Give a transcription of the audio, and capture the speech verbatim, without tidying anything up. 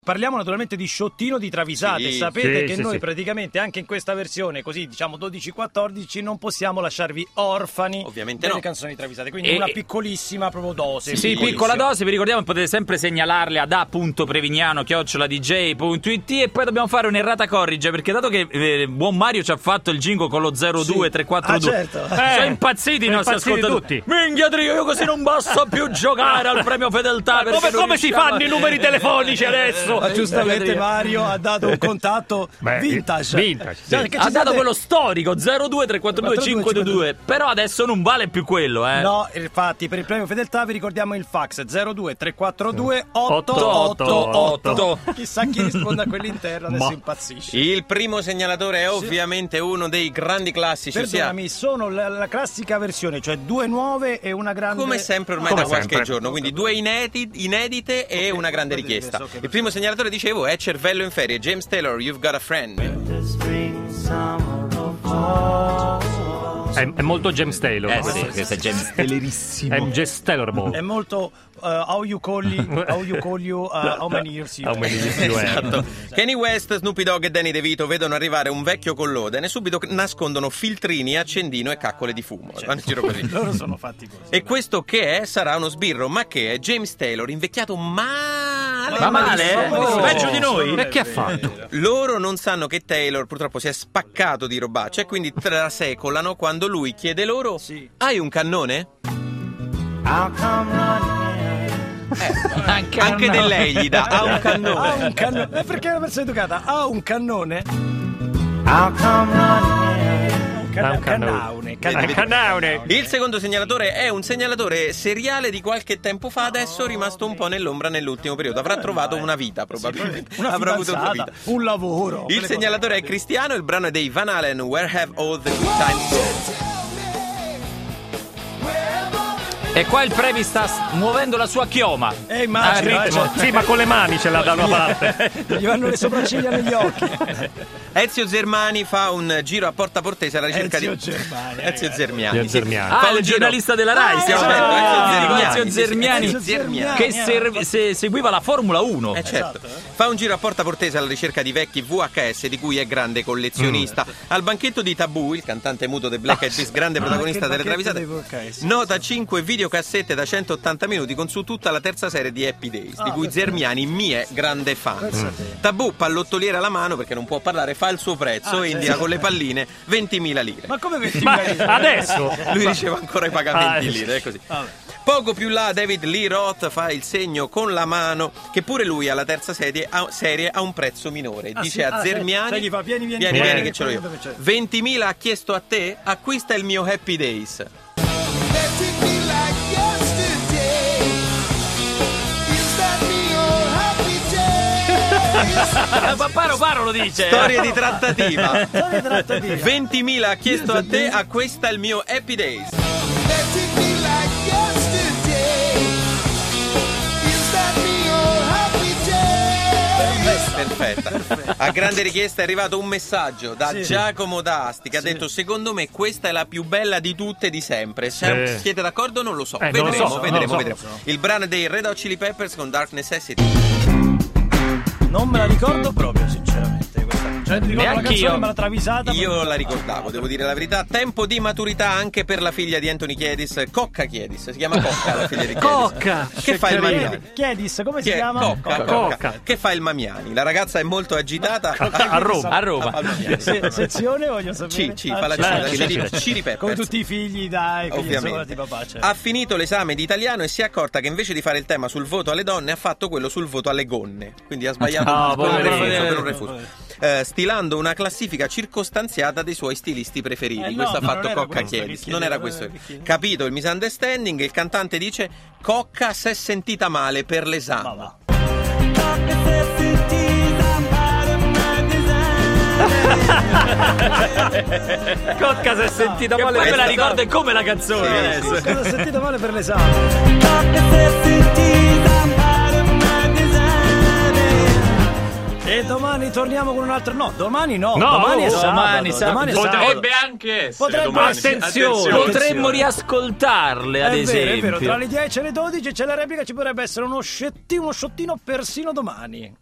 Parliamo naturalmente di sciottino di travisate. Sì, Sapete sì, che sì, noi sì. praticamente anche in questa versione, così diciamo dodici quattordici, non possiamo lasciarvi orfani Ovviamente delle no. canzoni travisate. Quindi E- una piccolissima proprio dose. Sì, piccola dose, vi ricordiamo, potete sempre segnalarle ad a punto prevignano chiocciola d j punto i t. E poi dobbiamo fare un'errata corrige, perché dato che eh, buon Mario ci ha fatto il jingle con lo zero due tre quattro due, Ah, certo. eh, sono impazziti i sono nostri impazziti ascoltatori. tutti. Minchia Trio, io così non posso più giocare al premio fedeltà. perché Come, non come si riusciamo fanno a- i numeri telefonici adesso? Ma giustamente Mario ha dato un contatto Beh, vintage. vintage, sì. Cioè, che Ha ci dato siete- quello storico zero due tre quattro due cinque due due, però adesso non vale più quello, eh. No, infatti per il premio fedeltà vi ricordiamo il fax zero due tre quattro due otto otto otto otto otto. Chissà chi risponde a quell'interno, adesso Ma- impazzisce. Il primo segnalatore è ovviamente uno dei grandi classici, ossia, Perdonami, sono la, la classica versione, cioè due nuove e una grande. come sempre ormai Come da qualche sempre. giorno, quindi due inediti- inedite e una grande va bene, richiesta. so che Il primo segnalatore, dicevo, è Cervello in ferie, James Taylor, You've Got a Friend. È, è molto James Taylor. Eh sì, questo è James Taylorissimo. È un James Taylor boh. È molto uh, how you call you, how you call you, uh, how many years you How many years you have. Esatto. Kenny West, Snoopy Dogg e Danny DeVito vedono arrivare un vecchio collodene e subito nascondono filtrini, accendino e caccole di fumo. Vanno in giro così. Loro sono fatti così. E questo che è sarà uno sbirro, ma che è James Taylor invecchiato male. Ma male, malissimo, eh? malissimo. Peggio di noi? E che ha fatto? Loro non sanno che Taylor purtroppo si è spaccato di robaccia e quindi trasecolano quando lui chiede loro: Sì. hai un cannone? Anche, Anche no. del lei gli dà, ha un Ha cannone. un cannone. Eh, perché è una persona educata? Ha un cannone? Ha un Cannaune. cannone. Cannaune. Canaune. Il secondo segnalatore è un segnalatore seriale di qualche tempo fa, adesso rimasto un po' nell'ombra nell'ultimo periodo. Avrà trovato una vita probabilmente. Una Avrà avuto una fidanzata, vita. un lavoro. Il segnalatore è Cristiano, il brano è dei Van Halen, Where Have All the Good Times Gone? E qua il Previ sta s- muovendo la sua chioma. Eh, immagino, Ah, eh, ritmo. cioè, Sì, ma con le mani ce l'ha da una parte. gli vanno le sopracciglia negli occhi. Ezio Zermani fa un giro a Porta Portese alla ricerca Ezio di... Germani, Ezio ragazzi. Zermiani. Ezio sì. Zermiani. Fa Ah, un il giro- giornalista della Rai, Ah, stiamo esatto, parlando. Ezio Ezio Zermiani. Zermiani, Ezio Zermiani. che ser- se- seguiva la Formula uno. Eh certo. Esatto, eh. Fa un giro a Porta Portese alla ricerca di vecchi V H S di cui è grande collezionista. Al banchetto di Tabù, il cantante muto dei Black Eyed Peas, grande protagonista anche il delle banchetto travisate, dei V H S. nota cinque videocassette da centottanta minuti con su tutta la terza serie di Happy Days, di Ah, cui perfetto. Zermiani mi è grande fan. Pensate. Tabù, pallottoliere alla mano perché non può parlare, fa il suo prezzo Ah, e certo. indica con le palline ventimila lire. Ma come venti Ma adesso? Lui riceve ancora i pagamenti Ah, lire, è così. Vabbè. Poco più là David Lee Roth fa il segno con la mano che pure lui alla terza serie ha, serie ha un prezzo minore. Ah, Dice sì? a Ah, Zermiani: cioè gli fa, vieni, vieni, vieni, vieni, che ce l'ho io. dove c'è? ventimila ha chiesto a te, acquista il mio Happy Days. Ma paro paro lo dice. Storie di trattativa. Storie di trattativa. ventimila ha chiesto a te, acquista il mio Happy Days. Perfetta. A grande richiesta è arrivato un messaggio da Sì. Giacomo D'Asti che ha Sì. detto: secondo me questa è la più bella di tutte di sempre. Se- Sì. Siete d'accordo? Non lo so. Eh, non lo vedremo, so, vedremo, non lo so. vedremo. Il brano è dei Red Hot Chili Peppers con Dark Necessity. Non me la ricordo proprio, sinceramente. Questa. Cioè, mi ricordo la Neanch'io. canzone, ma la travisata. Io la ricordavo, devo dire la verità. Tempo di maturità anche per la figlia di Anthony Kiedis, Cocca Kiedis. Si chiama Cocca la figlia di Kiedis. Cocca. Che fa il carino. Mamiani? Chiedis, come si Chi è? chiama? Cocca, Cocca. Cocca. Cocca. Che fa il Mamiani? La ragazza è molto agitata. A Roma. A Roma. Al Mamiani. Se- sezione voglio sapere. C, C, Ah, fa la C. C, Eh, la sì, C di sì, sì. Chili Peppers. Come tutti i figli, dai, figli Ovviamente. insomma, di papà. Cioè. Ha finito l'esame di italiano e si è accorta che invece di fare il tema sul voto alle donne ha fatto quello sul voto alle gonne. Quindi ha sbagliato Ah, per un poverino. refuso, per un refuso. Eh, stilando una classifica circostanziata dei suoi stilisti preferiti. Eh no, Questo ha ma non fatto era Cocca questo che Chiedis. chiedeva, Non era non questo. era che chiedeva. Capito il misunderstanding, il cantante dice: Cocca si è sentita male per Ma l'esame. va. Cocca si è sentita Che male. poi me la per- ricordo, è come la canzone Sì, adesso. Cosa ho sentito male per l'esame? E domani torniamo con un altro. No, domani no. No, domani, oh, è sabato, domani sabato. domani è sabato. Potrebbe anche essere Potrebbe domani. essere. Attenzione. Potremmo riascoltarle, ad È vero, esempio. è vero, tra le dieci e le dodici c'è la replica, ci potrebbe essere uno scettino, uno sciottino persino domani.